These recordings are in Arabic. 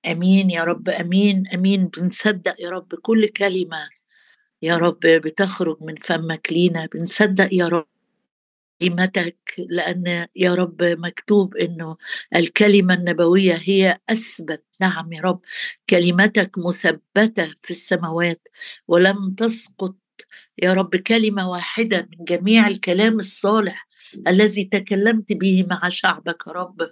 امين يا رب، امين امين. بنصدق يا رب كل كلمة يا رب بتخرج من فمك لينا، بنصدق يا رب كلمتك، لأن يا رب مكتوب إنه الكلمة النبوية هي أثبت. نعم يا رب، كلمتك مثبتة في السماوات ولم تسقط يا رب كلمة واحدة من جميع الكلام الصالح الذي تكلمت به مع شعبك يا رب.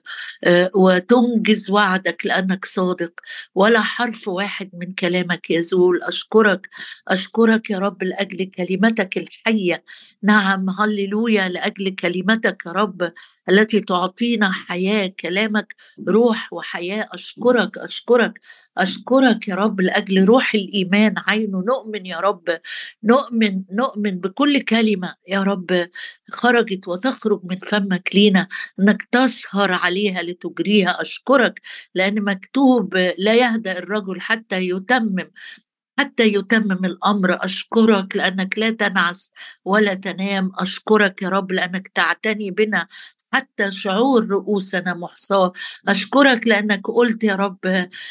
وتنجز وعدك لأنك صادق، ولا حرف واحد من كلامك يزول. أشكرك، أشكرك يا رب لأجل كلمتك الحية. نعم، هللويا، لأجل كلمتك يا رب التي تعطينا حياة. كلامك روح وحياة. أشكرك، أشكرك، أشكرك يا رب لأجل روح الإيمان عينه. نؤمن يا رب، نؤمن، نؤمن بكل كلمة يا رب خرجت وتخرج من فمك لينا، أنك تسهر عليها لتجريها. أشكرك لأن مكتوب لا يهدأ الرجل حتى يتمم، حتى يتمم الأمر. أشكرك لأنك لا تنعس ولا تنام. أشكرك يا رب لأنك تعتني بنا حتى شعور رؤوسنا محصاة. أشكرك لأنك قلت يا رب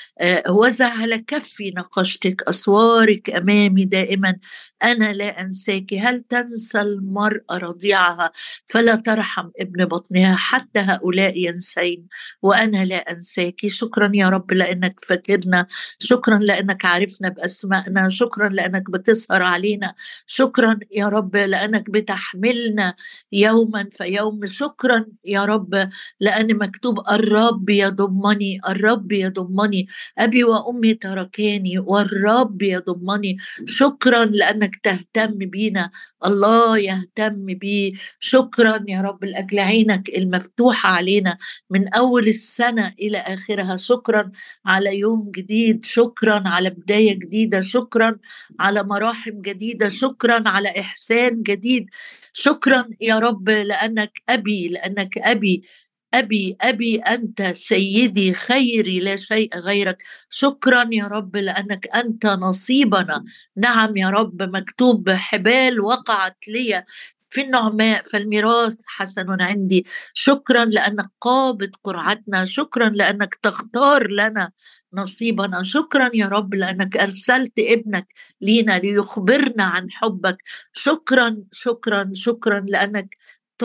وزع على كفي نقشتك، أسوارك أمامي دائما، أنا لا أنساك. هل تنسى المرأة رضيعها فلا ترحم ابن بطنها؟ حتى هؤلاء ينسين وأنا لا أنساك. شكرا يا رب لأنك فاكرنا، شكرا لأنك عارفنا بأسمائنا، شكرا لأنك بتسهر علينا، شكرا يا رب لأنك بتحملنا يوما فيوم. شكرا يا رب لأن مكتوب الرب يضمني، الرب يضمني، أبي وأمي تركاني والرب يضمني. شكرا لأنك تهتم بينا، الله يهتم بي. شكرا يا رب لأجل عينك المفتوحة علينا من أول السنة إلى آخرها. شكرا على يوم جديد، شكرا على بداية جديدة، شكرا على مراحم جديدة، شكرا على إحسان جديد. شكرا يا رب لأنك أبي، لأنك أبي، أبي أبي أنت سيدي خيري لا شيء غيرك. شكرا يا رب لأنك أنت نصيبنا. نعم يا رب، مكتوب حبال وقعت لي في النعماء فالميراث حسن عندي. شكرا لأنك قابض قرعتنا، شكرا لأنك تختار لنا نصيبنا. شكرا يا رب لأنك أرسلت ابنك لينا ليخبرنا عن حبك. شكرا، شكرا، شكرا لأنك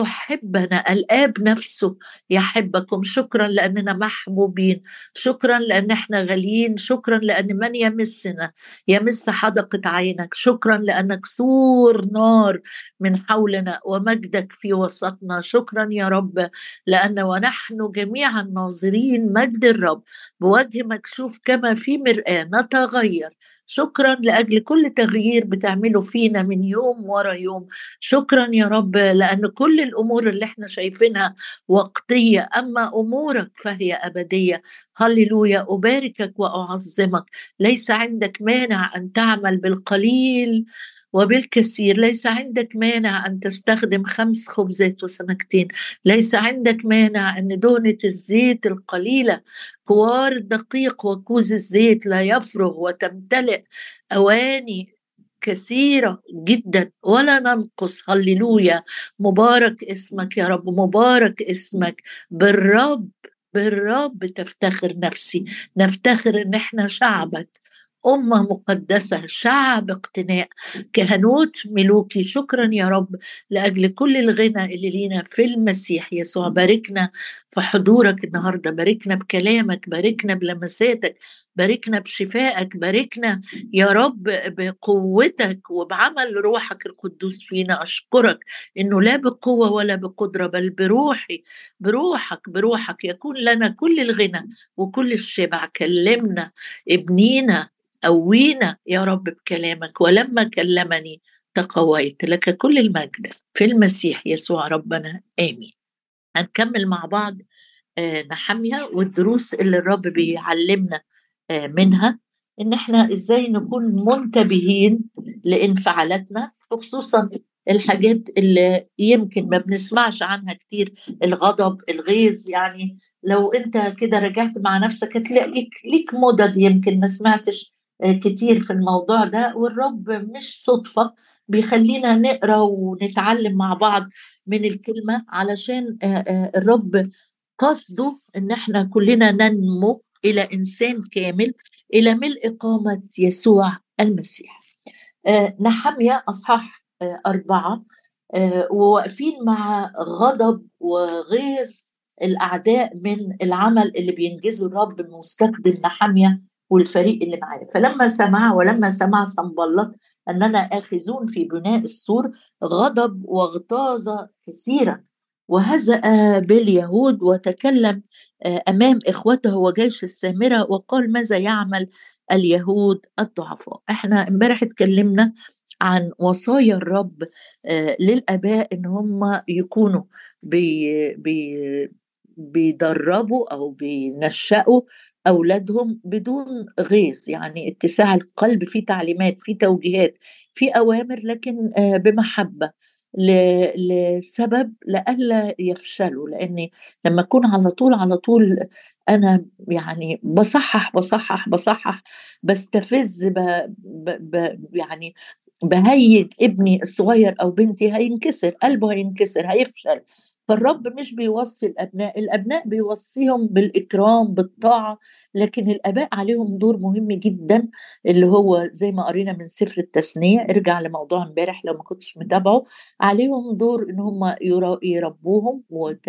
تحبنا، الآب نفسه يحبكم. شكرا لأننا محبوبين، شكرا لأن احنا غاليين، شكرا لأن من يمسنا يمس حدقة عينك. شكرا لأنك سور نار من حولنا ومجدك في وسطنا. شكرا يا رب لأن ونحن جميعا ناظرين مجد الرب بوجه مكشوف كما في مرآة نتغير. شكرا لأجل كل تغيير بتعمله فينا من يوم ورا يوم. شكرا يا رب لأن كل الأمور اللي احنا شايفينها وقتية، أما أمورك فهي أبدية. هللويا، أباركك وأعظمك. ليس عندك مانع أن تعمل بالقليل وبالكثير، ليس عندك مانع أن تستخدم 5 خبزات وسمكتين، ليس عندك مانع أن دهنة الزيت القليلة، كوار الدقيق وكوز الزيت لا يفرغ وتمتلئ أواني كثيرة جدا ولا ننقص. هللويا، مبارك اسمك يا رب، مبارك اسمك. بالرب، بالرب تفتخر نفسي. نفتخر ان احنا شعبك، أمة مقدسة، شعب اقتناء، كهنوت ملوكي. شكرا يا رب لأجل كل الغنى اللي لينا في المسيح يسوع. باركنا في حضورك النهاردة، باركنا بكلامك، باركنا بلمساتك، باركنا بشفائك، باركنا يا رب بقوتك وبعمل روحك القدوس فينا. أشكرك إنه لا بقوة ولا بقدرة بل بروحي، بروحك، بروحك يكون لنا كل الغنى وكل الشبع. كلمنا، ابنينا، قوينا يا رب بكلامك. ولما كلمني تقويت. لك كل المجد في المسيح يسوع ربنا، آمين. هنكمل مع بعض نحمية والدروس اللي الرب بيعلمنا منها ان احنا ازاي نكون منتبهين لانفعالاتنا، وخصوصا الحاجات اللي يمكن ما بنسمعش عنها كتير، الغضب، الغيظ. يعني لو انت كده رجعت مع نفسك هتلاقي ليك مدد يمكن ما سمعتش كتير في الموضوع ده، والرب مش صدفة بيخلينا نقرأ ونتعلم مع بعض من الكلمة علشان الرب قصده ان احنا كلنا ننمو إلى إنسان كامل، إلى ملء قامة يسوع المسيح. نحمية أصحاح 4، وواقفين مع غضب وغيظ الأعداء من العمل اللي بينجزه الرب المستخدم نحمية والفريق اللي معاه. ولما سمع صنبلط أننا آخذون في بناء السور، غضب واغتاظ كثيرا وهزأ باليهود، وتكلم أمام إخوته وجيش السامرة وقال: ماذا يعمل اليهود الضعفاء؟ احنا امبارح اتكلمنا عن وصايا الرب للآباء إن هم يكونوا بيدربوا أو بينشأوا أولادهم بدون غيظ، يعني اتساع القلب، في تعليمات، في توجيهات، في أوامر، لكن بمحبة، لسبب لئلا يفشلوا. لأني لما أكون على طول أنا يعني بصحح بستفز يعني بهيج ابني الصغير أو بنتي، هينكسر قلبه، هينكسر، هيفشل. فالرب مش بيوصي الأبناء بيوصيهم بالإكرام بالطاعة، لكن الآباء عليهم دور مهم جدا، اللي هو زي ما قرينا من سفر التثنية، ارجع لموضوع امبارح لو ما كنتش متابعه. عليهم دور ان هم يربوهم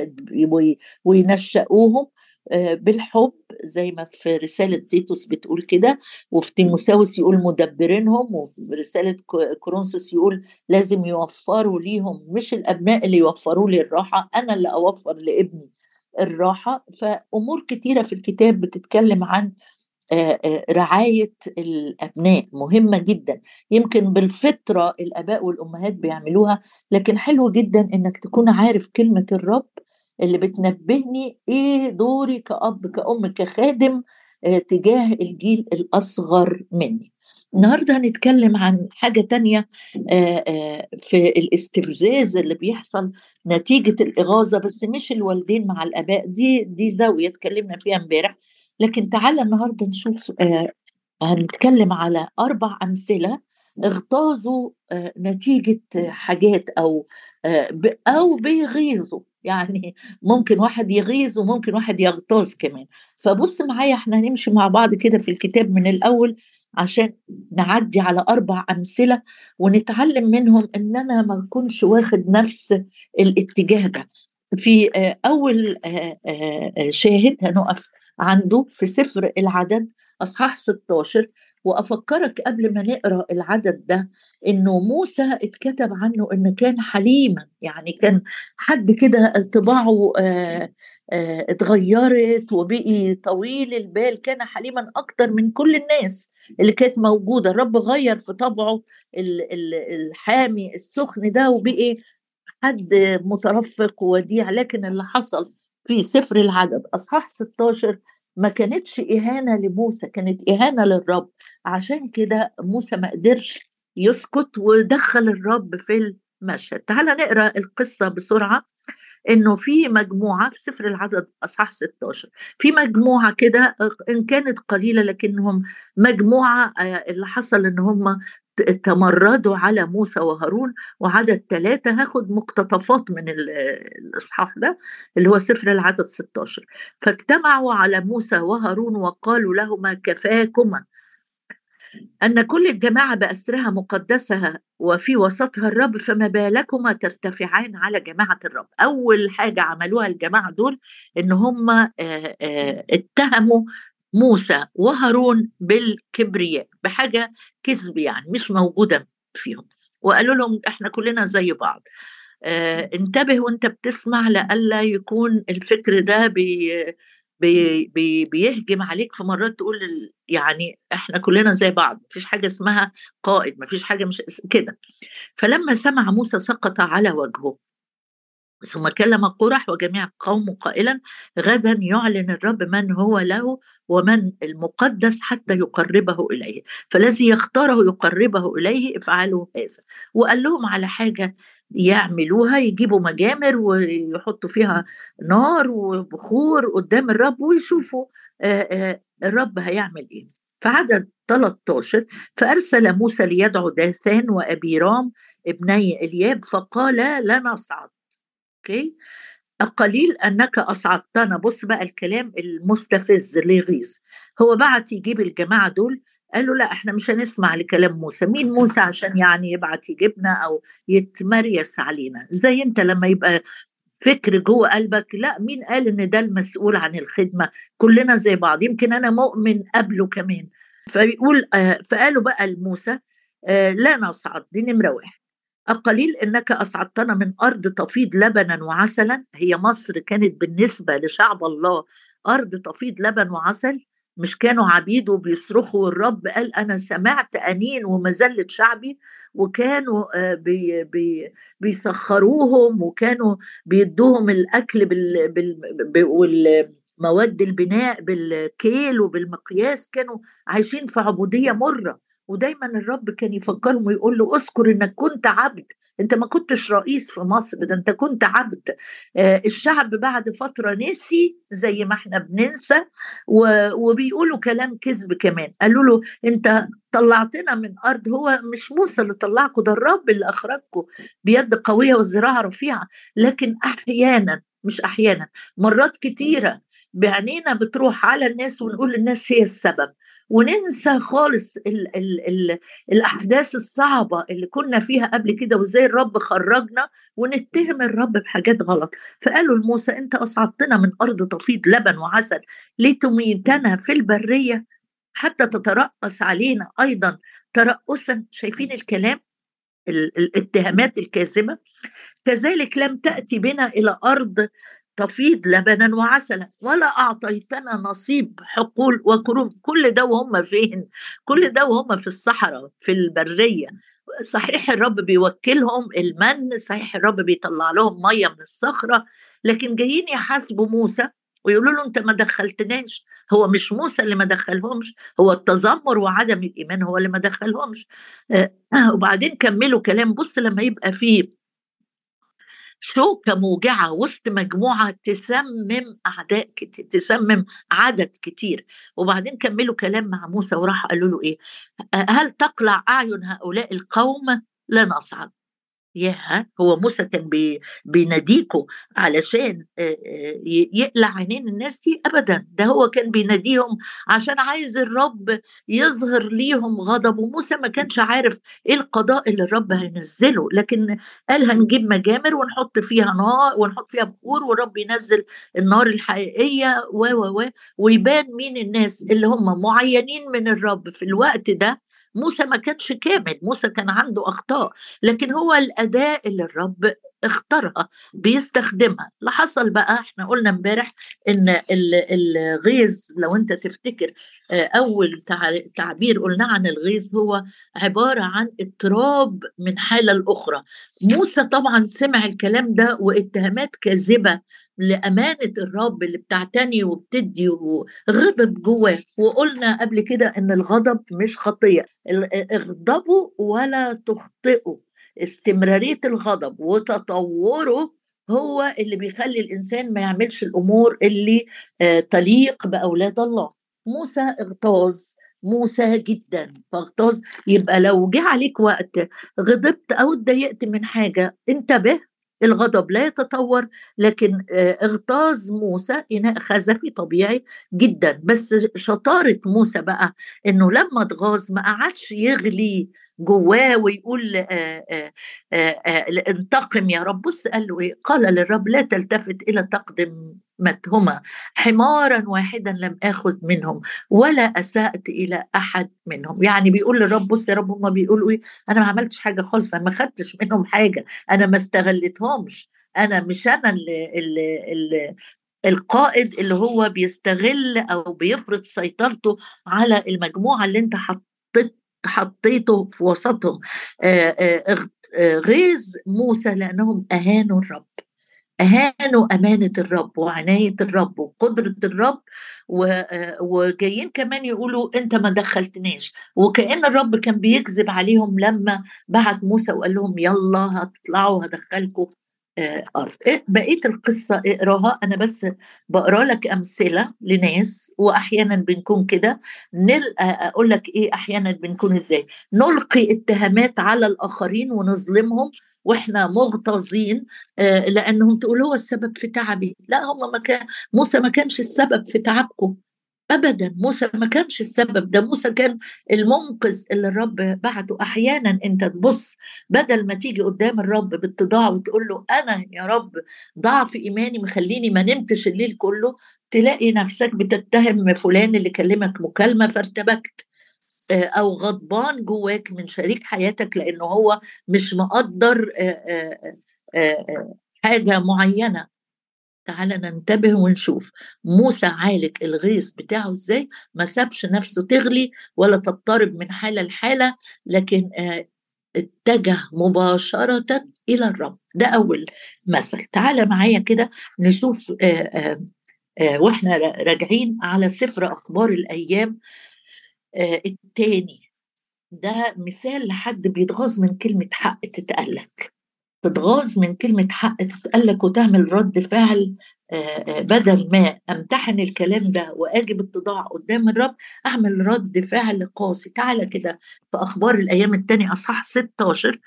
وينشأوهم بالحب، زي ما في رسالة تيتوس بتقول كده، وفي تيموساوس يقول مدبرينهم، وفي رسالة كورنثوس يقول لازم يوفروا ليهم، مش الأبناء اللي يوفروا لي الراحة، أنا اللي أوفر لابني الراحة. فأمور كتيرة في الكتاب بتتكلم عن رعاية الأبناء مهمة جدا. يمكن بالفطرة الآباء والأمهات بيعملوها، لكن حلو جدا إنك تكون عارف كلمة الرب اللي بتنبهني إيه دوري كأب كأم كخادم تجاه الجيل الأصغر مني. النهاردة هنتكلم عن حاجة تانية، في الاستفزاز اللي بيحصل نتيجة الإغاظة، بس مش الوالدين مع الآباء، دي زاوية اتكلمنا فيها امبارح. لكن تعالى النهارده نشوف، هنتكلم على 4 أمثلة اغتاظوا نتيجة حاجات، أو بيغيظوا. يعني ممكن واحد يغيظ وممكن واحد يغتاظ كمان. فبص معايا، احنا هنمشي مع بعض كده في الكتاب من الأول عشان نعدي على 4 أمثلة ونتعلم منهم إننا ما نكونش واخد نفس الاتجاه ده. في أول شاهد هنقف عنده في سفر العدد أصحاح 16. وأفكرك قبل ما نقرأ العدد ده إنه موسى اتكتب عنه إنه كان حليما، يعني كان حد كده طباعه اتغيرت وبقي طويل البال، كان حليما أكتر من كل الناس اللي كانت موجودة. الرب غير في طبعه الحامي السخن ده وبقي حد مترفق ووديع. لكن اللي حصل في سفر العدد أصحاح 16 ما كانتش إهانة لموسى، كانت إهانة للرب. عشان كده موسى ما قدرش يسكت ودخل الرب في المشهد. تعال نقرأ القصة بسرعة. انه في مجموعه في سفر العدد اصحاح 16، في مجموعه كده ان كانت قليله لكنهم مجموعه، اللي حصل ان هم تمردوا على موسى وهارون. وعدد 3 هاخد مقتطفات من الإصحاح ده اللي هو سفر العدد 16. فاجتمعوا على موسى وهارون وقالوا لهما: كفاكما أن كل الجماعة بأسرها مقدسها وفي وسطها الرب، فما بالكما ترتفعان على جماعة الرب. أول حاجة عملوها الجماعة دول إن هم اتهموا موسى وهارون بالكبرياء، بحاجة كذب يعني مش موجودة فيهم، وقالوا لهم احنا كلنا زي بعض. انتبه وانت بتسمع لألا يكون الفكر ده بيهجم عليك في مرات تقول يعني احنا كلنا زي بعض، مفيش حاجة اسمها قائد، مفيش حاجة مش كده. فلما سمع موسى سقط على وجهه، ثم كلم قرح وجميع القوم قائلا: غدا يعلن الرب من هو له ومن المقدس حتى يقربه إليه، فالذي يختاره يقربه إليه افعلوا هذا. وقال لهم على حاجة يعملوها: يجيبوا مجامر ويحطوا فيها نار وبخور قدام الرب ويشوفوا الرب هيعمل ايه. فعدد 13: فأرسل موسى ليدعو داثان وأبيرام ابني إلياب فقال: لا نصعد. اوكي، القليل أنك أصعدتنا. بص بقى الكلام المستفز اللي يغيظ. هو بعت يجيب الجماعة دول، قالوا لا احنا مش هنسمع لكلام موسى. مين موسى عشان يعني يبعت يجيبنا او يتمريس علينا؟ زي انت لما يبقى فكر جوه قلبك، لا مين قال ان ده المسؤول عن الخدمة؟ كلنا زي بعض، يمكن انا مؤمن قبله كمان. فيقول فقالوا بقى لموسى لا نصعد. دي نمرة واحد. القليل انك اصعدتنا من ارض تفيض لبنا وعسلا. هي مصر كانت بالنسبه لشعب الله ارض تفيض لبن وعسل، مش كانوا عبيد وبيصرخوا، والرب قال انا سمعت انين ومذله شعبي، وكانوا بيسخروهم، وكانوا بيدوهم الاكل والمواد البناء بالكيل وبالمقياس، كانوا عايشين في عبوديه مره. ودايما الرب كان يفكرهم ويقول له اذكر انك كنت عبد، انت ما كنتش رئيس في مصر، ده انت كنت عبد. الشعب بعد فترة نسي زي ما احنا بننسى، وبيقولوا كلام كذب كمان. قالوا له انت طلعتنا من ارض، هو مش موسى اللي طلعكم، ده الرب اللي اخرجكم بيد قوية وذراع رفيعة. لكن احيانا، مش احيانا، مرات كتيرة بعينينا بتروح على الناس ونقول الناس هي السبب، وننسى خالص ال الأحداث الصعبة اللي كنا فيها قبل كده، وإزاي الرب خرجنا، ونتهم الرب بحاجات غلط. فقالوا لموسى أنت أصعدتنا من أرض تفيض لبن وعسل لتميتنا في البرية حتى تترأس علينا أيضا ترأسا. شايفين الكلام، الاتهامات الكاذبة. كذلك لم تأتي بنا إلى أرض تفيض لبنا وعسلا ولا أعطيتنا نصيب حقول وكروم. كل ده وهم فين؟ كل ده وهم في الصحراء في البرية. صحيح الرب بيوكلهم المن، صحيح الرب بيطلع لهم مية من الصخرة، لكن جايين يحاسبوا موسى ويقولوا له انت ما دخلتناش. هو مش موسى اللي ما دخلهمش، هو التذمر وعدم الإيمان هو اللي ما دخلهمش. وبعدين كملوا كلام. بص لما يبقى فيه شوكة موجعة وسط مجموعة تسمم أعداء كتير، تسمم عدد كتير. وبعدين كملوا كلام مع موسى وراح قالوا له إيه؟ هل تقلع أعين هؤلاء القوم؟ لا نصعد. ياه، هو موسى كان بيناديكوا علشان يقلع عينين الناس دي؟ ابدا، ده هو كان بيناديهم عشان عايز الرب يظهر ليهم غضب. وموسى ما كانش عارف ايه القضاء اللي الرب هينزله، لكن قال هنجيب مجامر ونحط فيها نار ونحط فيها بخور، والرب ينزل النار الحقيقيه ويبان مين الناس اللي هم معينين من الرب في الوقت ده. موسى ما كانش كامل، موسى كان عنده اخطاء، لكن هو الأداة اللي الرب اختارها بيستخدمها. اللي حصل بقى احنا قلنا امبارح ان الغيظ، لو انت تفتكر اول تعبير قلنا عن الغيظ هو عبارة عن اضطراب من حالة الأخرى. موسى طبعا سمع الكلام ده واتهامات كاذبة لأمانة الرب اللي بتعتني وبتدي، وغضب جواه. وقلنا قبل كده ان الغضب مش خطية، اغضبوا ولا تخطئوا. استمرارية الغضب وتطوره هو اللي بيخلي الإنسان ما يعملش الأمور اللي تليق بأولاد الله. موسى اغتاظ، موسى جدا فاغتاظ. يبقى لو جه عليك وقت غضبت أو اتضايقت من حاجة، انتبه، الغضب لا يتطور، لكن اغتاظ موسى إناء خزفي طبيعي جدا. بس شطارة موسى بقى إنه لما اتغاظ ما قعدش يغلي جواه ويقول انتقم يا رب. بص قال له ايه؟ قال للرب لا تلتفت الى تقدمتهما، حمارا واحدا لم اخذ منهم ولا اسأت الى احد منهم. يعني بيقول للرب بص يا رب، هم بيقولوا ايه؟ انا ما عملتش حاجه خالص، انا ما خدتش منهم حاجه، انا ما استغلتهمش، انا مش انا اللي القائد اللي هو بيستغل او بيفرض سيطرته على المجموعه اللي انت حطيته في وسطهم. غيظ موسى لانهم اهانوا الرب، اهانوا امانه الرب وعنايه الرب وقدره الرب، وجايين كمان يقولوا انت ما دخلتناش. وكأن الرب كان بيكذب عليهم لما بعت موسى وقال لهم يلا هتطلعوا هدخلكم أرض. بقية القصة اقراها، أنا بس بقرا لك أمثلة لناس، وأحيانا بنكون كده أقول لك إيه، أحيانا بنكون إزاي نلقي اتهامات على الآخرين ونظلمهم وإحنا مغتاظين، لأنهم تقول هو السبب في تعبي. لا، هم ما كان موسى ما كانش السبب في تعبكم ابدا. موسى ما كانش السبب، ده موسى كان المنقذ اللي الرب بعته. احيانا انت تبص، بدل ما تيجي قدام الرب باتضاع وتقول له انا يا رب ضعف ايماني مخليني ما نمتش الليل كله، تلاقي نفسك بتتهم فلان اللي كلمك مكالمه فارتبكت، او غضبان جواك من شريك حياتك لانه هو مش مقدر حاجه معينه. تعالى ننتبه ونشوف موسى عالج الغيظ بتاعه ازاي. ما سابش نفسه تغلي ولا تضطرب من حالة لحالة، لكن اتجه مباشرة إلى الرب. ده أول مثل. تعالى معايا كده نشوف واحنا راجعين على سفر أخبار الأيام التاني. ده مثال لحد بيتغاظ من كلمة حق تتقلك، تتغاظ من كلمة حق تتقلك وتعمل رد فعل. بدل ما امتحن الكلام ده واجي باتضاع قدام الرب، اعمل رد فعل قاسي. تعالى كده في اخبار الايام الثاني اصحاح 16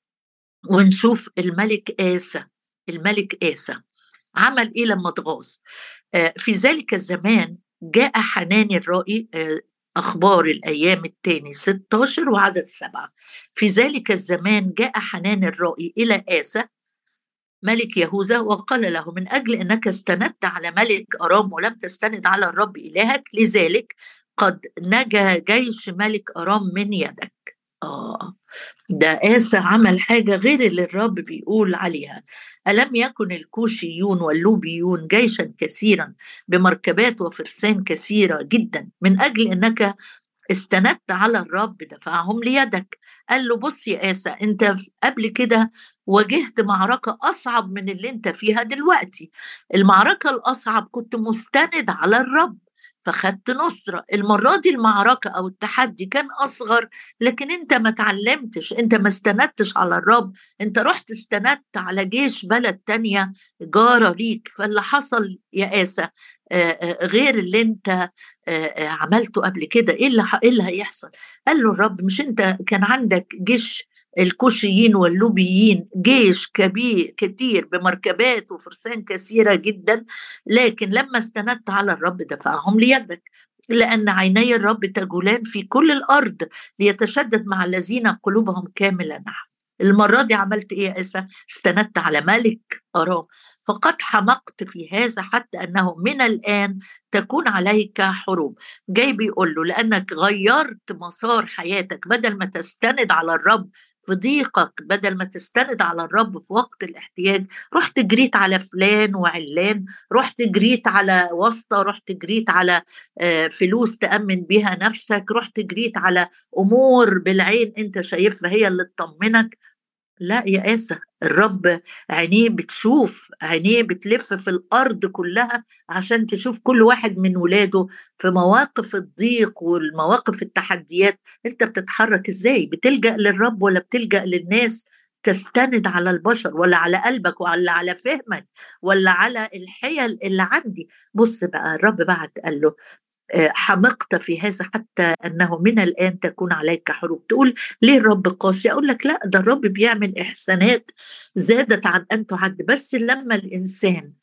ونشوف الملك آسى. الملك آسى عمل ايه لما اتغاظ؟ في ذلك الزمان جاء حناني الرائي. أخبار الأيام الثاني 16 وعدد 7. في ذلك الزمان جاء حنان الرائي إلى آسى ملك يهوذا وقال له من أجل أنك استندت على ملك أرام ولم تستند على الرب إلهك، لذلك قد نجا جيش ملك أرام من يدك. ده آسى عمل حاجة غير اللي الرب بيقول عليها. ألم يكن الكوشيون واللوبيون جيشا كثيرا بمركبات وفرسان كثيرة جدا، من أجل أنك استندت على الرب دفعهم ليدك. قال له بص يا آسى، انت قبل كده واجهت معركة أصعب من اللي انت فيها دلوقتي. المعركة الأصعب كنت مستند على الرب فخدت نصرة. المرة دي المعركة أو التحدي كان أصغر، لكن انت ما تعلمتش، انت ما استندتش على الرب، انت رحت استندت على جيش بلد تانية جارة ليك. فاللي حصل يا آسى غير اللي انت عملته قبل كده. إيه اللي هيحصل؟ قال له الرب مش انت كان عندك جيش الكوشيين واللوبيين، جيش كبير كتير بمركبات وفرسان كثيرة جدا، لكن لما استندت على الرب دفعهم ليدك، لأن عيني الرب تجولان في كل الأرض ليتشدد مع الذين قلوبهم كاملة نحو. المرة دي عملت إيه يا إسا؟ استندت على ملك أرام. فقد حمقت في هذا حتى أنه من الآن تكون عليك حروب. جاي بيقول له لأنك غيرت مسار حياتك، بدل ما تستند على الرب في ضيقك، بدل ما تستند على الرب في وقت الاحتياج، رحت جريت على فلان وعلان، رحت جريت على واسطة، رحت جريت على فلوس تأمن بيها نفسك، رحت جريت على أمور بالعين أنت شايفها هي اللي تطمنك. لا يا آسى، الرب عينيه بتشوف، عينيه بتلف في الأرض كلها عشان تشوف كل واحد من ولاده في مواقف الضيق والمواقف التحديات. انت بتتحرك ازاي؟ بتلجأ للرب ولا بتلجأ للناس؟ تستند على البشر ولا على قلبك ولا على فهمك ولا على الحيل اللي عندي؟ بص بقى، الرب بعت قال له حمقت في هذا حتى أنه من الآن تكون عليك حروب. تقول ليه الرب قاسي؟ أقول لك لا، ده الرب بيعمل إحسانات زادت عن أن تعد، بس لما الإنسان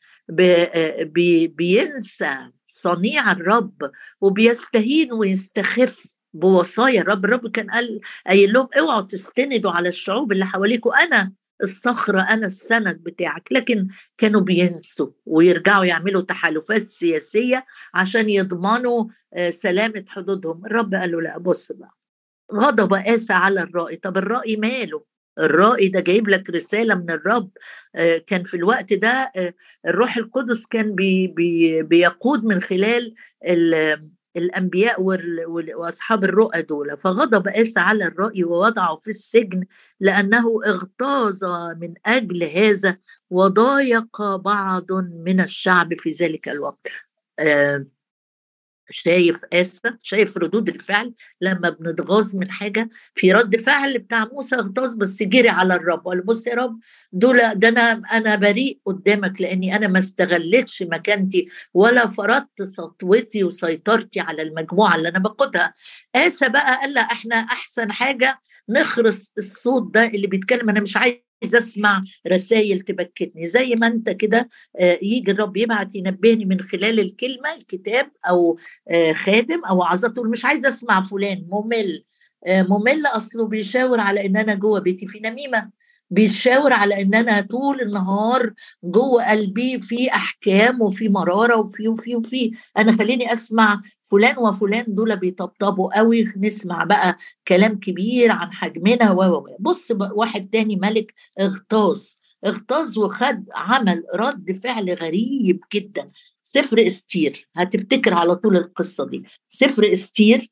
بينسى صنيع الرب وبيستهين ويستخف بوصايا الرب. الرب كان قايل لهم اوعوا تستندوا على الشعوب اللي حواليكم، أنا الصخرة، أنا السند بتاعك، لكن كانوا بينسوا ويرجعوا يعملوا تحالفات سياسية عشان يضمنوا سلامة حدودهم. الرب قال له لا، بص بقى، غضب آسى على الرائي. طب الرائي ماله؟ الرائي ده جايب لك رسالة من الرب. كان في الوقت ده الروح القدس كان بيقود من خلال الأنبياء وأصحاب الرؤى دول. فغضب آسى على الرائي ووضعه في السجن لأنه اغتاظ من أجل هذا وضايق بعض من الشعب في ذلك الوقت. شايف آسى، شايف ردود الفعل لما بنتغاظ من حاجة. في رد فعل بتاع موسى اغتاظ بس جري على الرب وقال بص يا رب، دول ده انا بريء قدامك لاني انا ما استغلتش مكانتي ولا فرضت سطوتي وسيطرتي على المجموعة اللي انا بقودها. آسى بقى قال لا، احنا احسن حاجة نخرس الصوت ده اللي بيتكلم، انا مش عايز اسمع رسائل تبكتني زي ما انت كده. يجي الرب يبعت ينبهني من خلال الكلمة الكتاب او خادم او عظة، تقول مش عايزه اسمع فلان ممل. ممل اصله بيشاور على ان انا جوه بيتي في نميمه، بيشاور على ان انا طول النهار جوه قلبي في احكام وفي مراره وفي انا خليني اسمع فلان وفلان دول بيطبطبوا قوي، نسمع بقى كلام كبير عن حجمنا بص واحد تاني ملك اغتاظ وخد عمل رد فعل غريب جدا. سفر استير، هتفتكر على طول القصة دي، سفر استير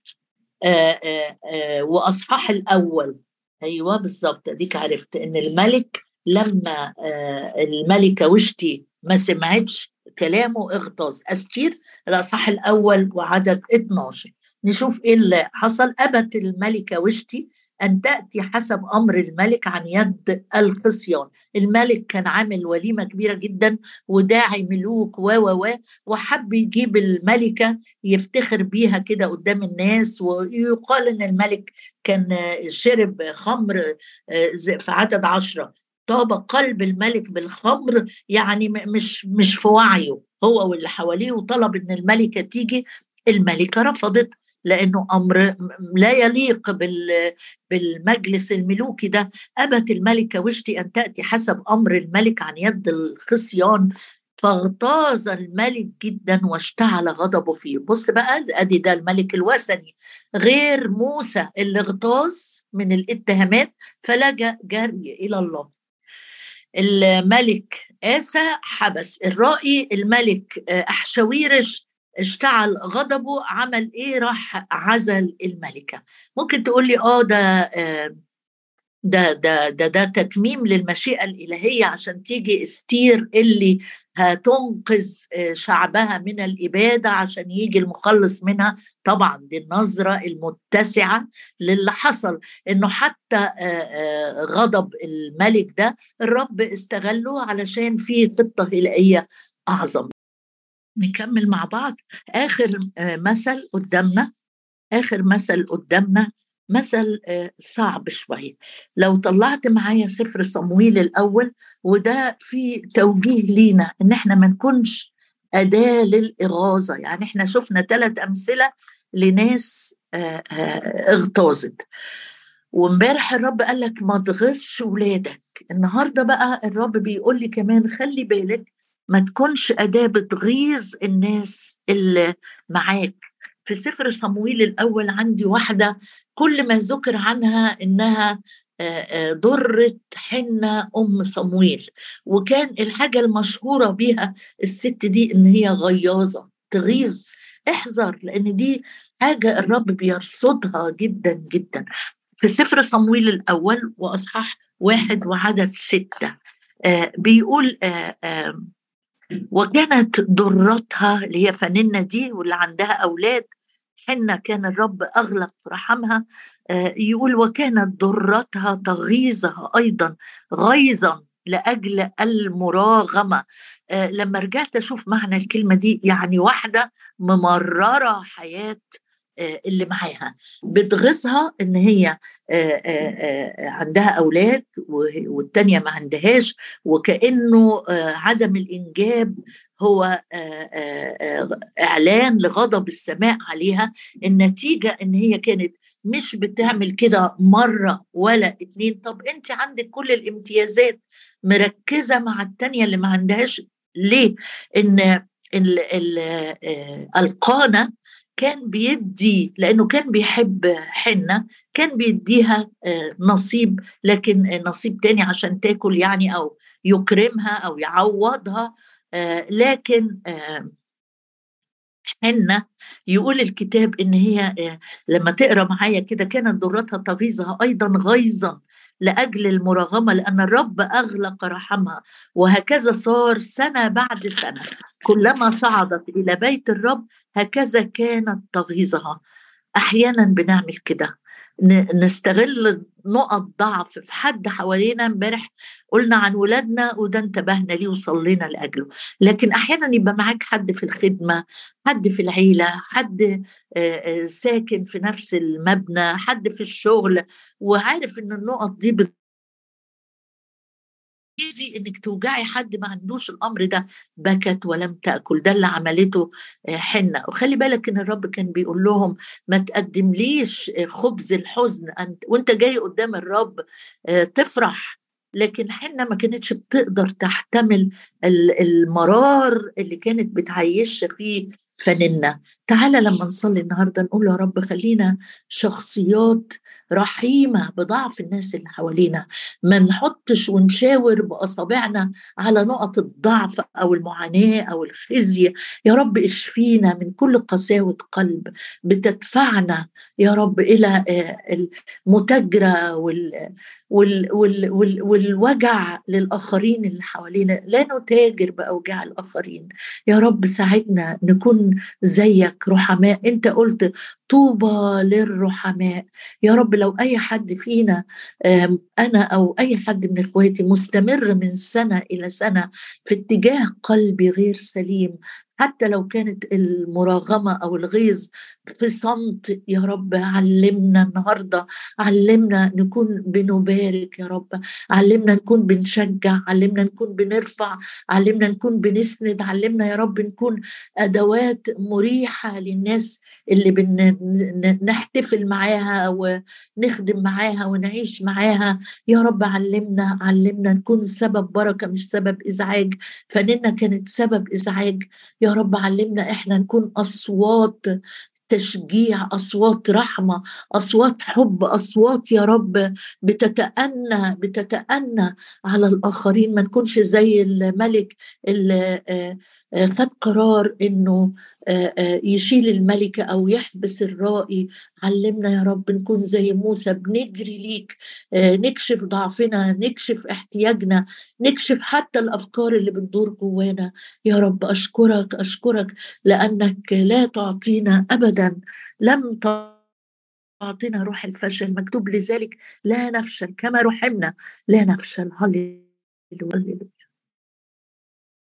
وأصحاح الأول. أيوة بالظبط، ديك عرفت إن الملك لما الملكة وشتي ما سمعتش كلامه اغتاظ. استير الأصحاح الأول وعدد 12، نشوف إيه اللي حصل. أبت الملكة وشتي أن تأتي حسب أمر الملك عن يد الخصيان. الملك كان عامل وليمة كبيرة جدا وداعي ملوك وحب يجيب الملكة يفتخر بيها كده قدام الناس، ويقال ان الملك كان شرب خمر في عدد 10. طاب قلب الملك بالخمر، يعني مش في وعيه هو واللي حواليه، وطلب ان الملكة تيجي. الملكة رفضت لأنه أمر لا يليق بالمجلس الملوكي ده. أبت الملكة وشتي أن تأتي حسب أمر الملك عن يد الخصيان، فاغتاظ الملك جدا واشتعل غضبه فيه. بص بقى، ادي ده الملك الوثني غير موسى اللي اغتاظ من الاتهامات فلجأ جري الى الله. الملك آسى حبس الرائي، الملك أحشويرش اشتعل غضبه، عمل ايه؟ راح عزل الملكة. ممكن تقول لي ده تتميم للمشيئة الإلهية عشان تيجي استير اللي هتنقذ شعبها من الإبادة عشان يجي المخلص منها. طبعا دي النظرة المتسعة للي حصل، إنه حتى غضب الملك ده الرب استغله علشان في خطة إلهية أعظم. نكمل مع بعض. آخر مثل قدامنا، آخر مثل قدامنا مثل صعب شوية. لو طلعت معايا سفر صمويل الأول، وده في توجيه لينا إن احنا ما نكونش أداة للإغاظة. يعني احنا شفنا 3 أمثلة لناس اغتاظت، وامبارح الرب قال لك ما تغيظش ولادك. النهارده بقى الرب بيقول لي كمان خلي بالك ما تكونش أداة بتغيظ الناس اللي معاك. في سفر صمويل الأول عندي واحدة كل ما ذكر عنها إنها ضرت حنة أم صمويل، وكان الحاجة المشهورة بيها الست دي إن هي غياظة تغيظ. احذر، لأن دي حاجة الرب بيرصدها جدا جدا. في سفر صمويل الأول وأصحاح 1 وعدد 6 بيقول وكانت ضرتها اللي هي فننة دي واللي عندها أولاد حنة كان الرب أغلق رحمها. يقول وكانت ضرتها تغيظها أيضا غيظا لأجل المراغمة. لما رجعت أشوف معنى الكلمة دي، يعني واحدة ممررة حياة اللي معاها، بتغيظها ان هي عندها اولاد والتانية ما عندهاش، وكأنه عدم الانجاب هو اعلان لغضب السماء عليها. النتيجة ان هي كانت مش بتعمل كده مرة ولا 2. طب انت عندك كل الامتيازات، مركزة مع التانية اللي ما عندهاش ليه؟ ان القانا كان بيدي، لأنه كان بيحب حنة، كان بيديها نصيب، لكن نصيب تاني عشان تاكل يعني، أو يكرمها أو يعوضها. لكن حنة يقول الكتاب إن هي لما تقرأ معايا كده كانت ضرتها تغيظها أيضا غيظا لأجل المراغمة، لأن الرب أغلق رحمها. وهكذا صار سنة بعد سنة، كلما صعدت إلى بيت الرب هكذا كانت تغيظها. أحيانا بنعمل كده، نستغل نقط ضعف في حد حوالينا. امبارح قلنا عن ولادنا وده انتبهنا ليه وصلينا لأجله، لكن أحيانا يبقى معاك حد في الخدمة، حد في العيلة، حد ساكن في نفس المبنى، حد في الشغل، وعارف ان النقط دي ايزي انك توجعي حد ما عندوش الامر ده. بكت ولم تاكل، ده اللي عملته حنة. وخلي بالك ان الرب كان بيقول لهم ما تقدمليش خبز الحزن انت وانت جاي قدام الرب تفرح. لكن حنة ما كانتش بتقدر تحتمل المرار اللي كانت بتعيشها فيه فننا. تعالى لما نصلي النهارده نقول يا رب خلينا شخصيات رحيمة بضعف الناس اللي حوالينا، ما نحطش ونشاور بأصابعنا على نقط الضعف أو المعاناة أو الخزي. يا رب اشفينا من كل قساوة قلب بتدفعنا يا رب إلى المتاجرة والوجع للآخرين اللي حوالينا. لا نتاجر بأوجاع الآخرين. يا رب ساعدنا نكون زيك رحماء. انت قلت طوبى للرحماء. يا رب لو أي حد فينا أنا أو أي حد من إخواتي مستمر من سنة إلى سنة في اتجاه قلبي غير سليم، حتى لو كانت المراغمة أو الغيظ في صمت، يا رب علمنا النهاردة، علمنا نكون بنبارك يا رب، علمنا نكون بنشجع، علمنا نكون بنرفع، علمنا نكون بنسند، علمنا يا رب نكون أدوات مريحة للناس اللي بنحتفل معاها ونخدم معاها ونعيش معاها. يا رب علمنا، علمنا نكون سبب بركة مش سبب إزعاج. فننا كانت سبب إزعاج. يا رب علمنا إحنا نكون أصوات تشجيع، أصوات رحمة، أصوات حب، أصوات يا رب بتتأنى على الآخرين. ما نكونش زي الملك اللي خد قرار إنه يشيل الملكة أو يحبس الرائي. علمنا يا رب نكون زي موسى بنجري ليك، نكشف ضعفنا، نكشف احتياجنا، نكشف حتى الأفكار اللي بتدور جوانا. يا رب أشكرك، أشكرك لأنك لا تعطينا أبدا، لم تعطينا روح الفشل. مكتوب لذلك لا نفشل كما رحمنا لا نفشل. هللويا.